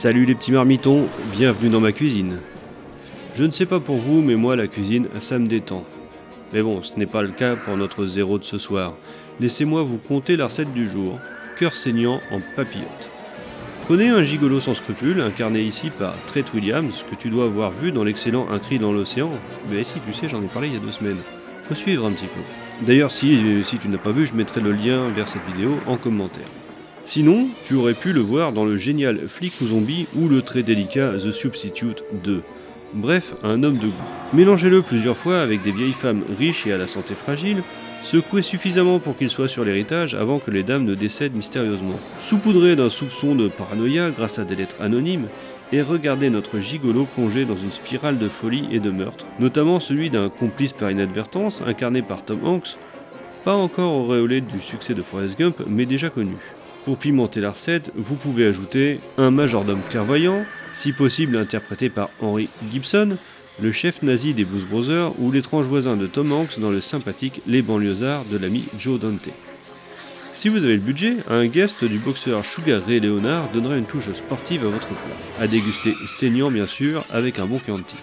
Salut les petits marmitons, bienvenue dans ma cuisine. Je ne sais pas pour vous, mais moi la cuisine, ça me détend. Mais bon, ce n'est pas le cas pour notre zéro de ce soir. Laissez-moi vous conter la recette du jour, cœur saignant en papillote. Prenez un gigolo sans scrupules, incarné ici par Treat Williams, que tu dois avoir vu dans l'excellent Un cri dans l'océan. Mais si, tu sais, j'en ai parlé il y a 2 semaines. Faut suivre un petit peu. D'ailleurs, si tu n'as pas vu, je mettrai le lien vers cette vidéo en commentaire. Sinon, tu aurais pu le voir dans le génial Flic ou Zombie ou le très délicat The Substitute 2. Bref, un homme de goût. Mélangez-le plusieurs fois avec des vieilles femmes riches et à la santé fragile, secouez suffisamment pour qu'il soit sur l'héritage avant que les dames ne décèdent mystérieusement. Saupoudrez d'un soupçon de paranoïa grâce à des lettres anonymes, et regardez notre gigolo plongé dans une spirale de folie et de meurtre, notamment celui d'un complice par inadvertance incarné par Tom Hanks, pas encore auréolé du succès de Forrest Gump, mais déjà connu. Pour pimenter la recette, vous pouvez ajouter un majordome clairvoyant, si possible interprété par Henry Gibson, le chef nazi des Blues Brothers ou l'étrange voisin de Tom Hanks dans le sympathique Les banlieusards de l'ami Joe Dante. Si vous avez le budget, un guest du boxeur Sugar Ray Leonard donnera une touche sportive à votre plat. À déguster saignant bien sûr, avec un bon Chianti.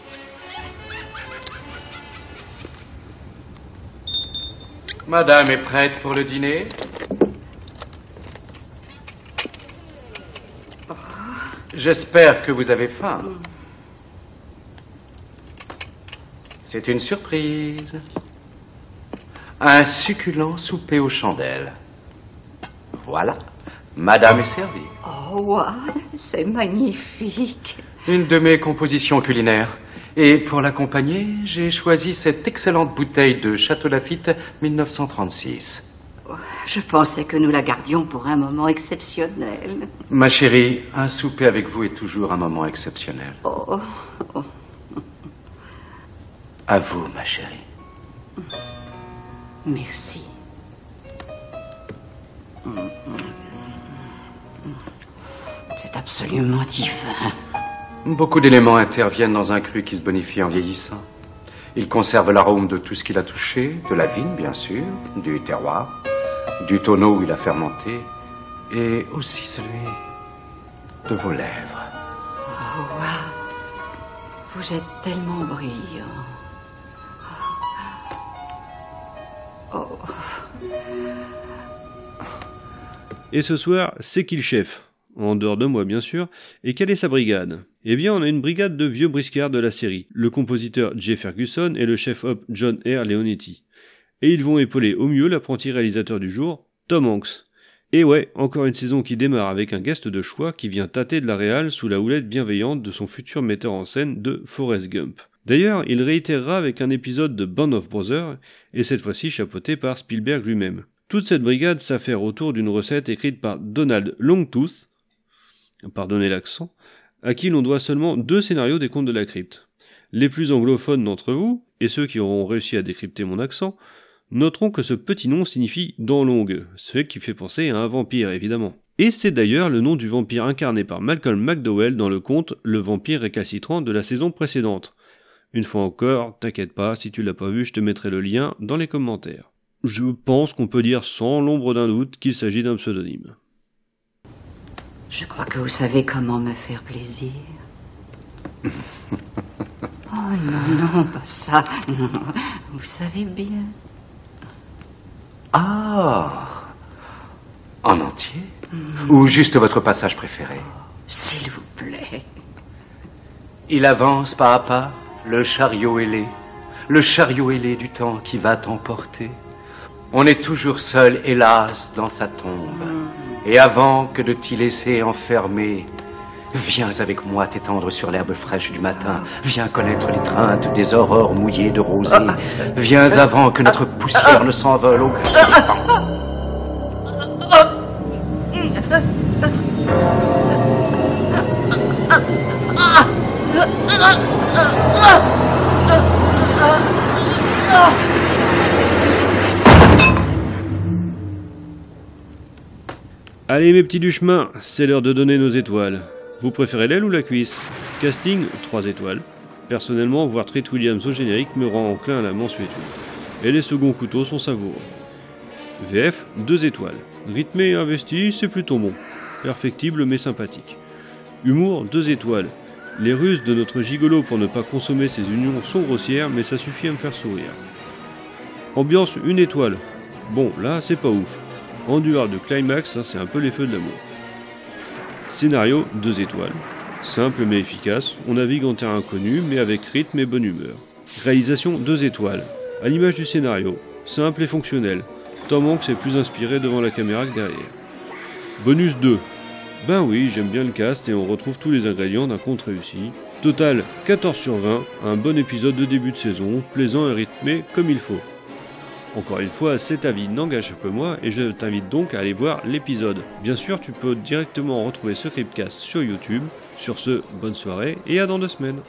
Madame est prête pour le dîner? J'espère que vous avez faim. C'est une surprise. Un succulent souper aux chandelles. Voilà, madame est servie. Oh, wow, c'est magnifique. Une de mes compositions culinaires. Et pour l'accompagner, j'ai choisi cette excellente bouteille de Château Lafite 1936. Je pensais que nous la gardions pour un moment exceptionnel. Ma chérie, un souper avec vous est toujours un moment exceptionnel. Oh. À vous, ma chérie. Merci. C'est absolument divin. Beaucoup d'éléments interviennent dans un cru qui se bonifie en vieillissant. Il conserve l'arôme de tout ce qu'il a touché, de la vigne bien sûr, du terroir, du tonneau où il a fermenté, et aussi celui de vos lèvres. Oh, wow. Vous êtes tellement brillant. Oh. Et ce soir, c'est qui le chef ? En dehors de moi bien sûr, et quelle est sa brigade ? Eh bien on a une brigade de vieux briscards de la série, le compositeur Jay Ferguson et le chef-op John R. Leonetti. Et ils vont épauler au mieux l'apprenti réalisateur du jour, Tom Hanks. Et ouais, encore une saison qui démarre avec un guest de choix qui vient tâter de la réal sous la houlette bienveillante de son futur metteur en scène de Forrest Gump. D'ailleurs, il réitérera avec un épisode de Band of Brothers, et cette fois-ci chapeauté par Spielberg lui-même. Toute cette brigade s'affaire autour d'une recette écrite par Donald Longtooth, pardonnez l'accent, à qui l'on doit seulement 2 scénarios des Contes de la Crypte. Les plus anglophones d'entre vous, et ceux qui auront réussi à décrypter mon accent, noteront que ce petit nom signifie « dents longues », ce qui fait penser à un vampire évidemment. Et c'est d'ailleurs le nom du vampire incarné par Malcolm McDowell dans le conte « Le vampire récalcitrant » de la saison précédente. Une fois encore, t'inquiète pas, si tu l'as pas vu, je te mettrai le lien dans les commentaires. Je pense qu'on peut dire sans l'ombre d'un doute qu'il s'agit d'un pseudonyme. Je crois que vous savez comment me faire plaisir. Oh non, pas ça. Non, vous savez bien. Ah, en entier? Ou juste votre passage préféré? S'il vous plaît. Il avance pas à pas, le chariot ailé du temps qui va t'emporter. On est toujours seul, hélas, dans sa tombe. Et avant que de t'y laisser enfermer, viens avec moi t'étendre sur l'herbe fraîche du matin. Viens connaître l'étreinte des aurores mouillées de rosée. Viens avant que notre poussière ne s'envole au gré du vent. Allez mes petits du chemin, c'est l'heure de donner nos étoiles. Vous préférez l'aile ou la cuisse ? Casting, 3 étoiles. Personnellement, voir Treat Williams au générique me rend enclin à la mansuétude. Et les seconds couteaux sont savoureux. VF, 2 étoiles. Rythmé et investi, c'est plutôt bon. Perfectible mais sympathique. Humour, 2 étoiles. Les ruses de notre gigolo pour ne pas consommer ses unions sont grossières, mais ça suffit à me faire sourire. Ambiance, 1 étoile. Bon, là, c'est pas ouf. En dehors de climax, ça c'est un peu les feux de l'amour. Scénario, 2 étoiles. Simple mais efficace, on navigue en terrain inconnu, mais avec rythme et bonne humeur. Réalisation, 2 étoiles. À l'image du scénario, simple et fonctionnel. Tom Hanks est plus inspiré devant la caméra que derrière. Bonus 2. Ben oui, j'aime bien le cast et on retrouve tous les ingrédients d'un conte réussi. Total 14 sur 20, un bon épisode de début de saison, plaisant et rythmé comme il faut. Encore une fois, cet avis n'engage que moi et je t'invite donc à aller voir l'épisode. Bien sûr, tu peux directement retrouver ce Cryptcast sur YouTube. Sur ce, bonne soirée et à dans 2 semaines.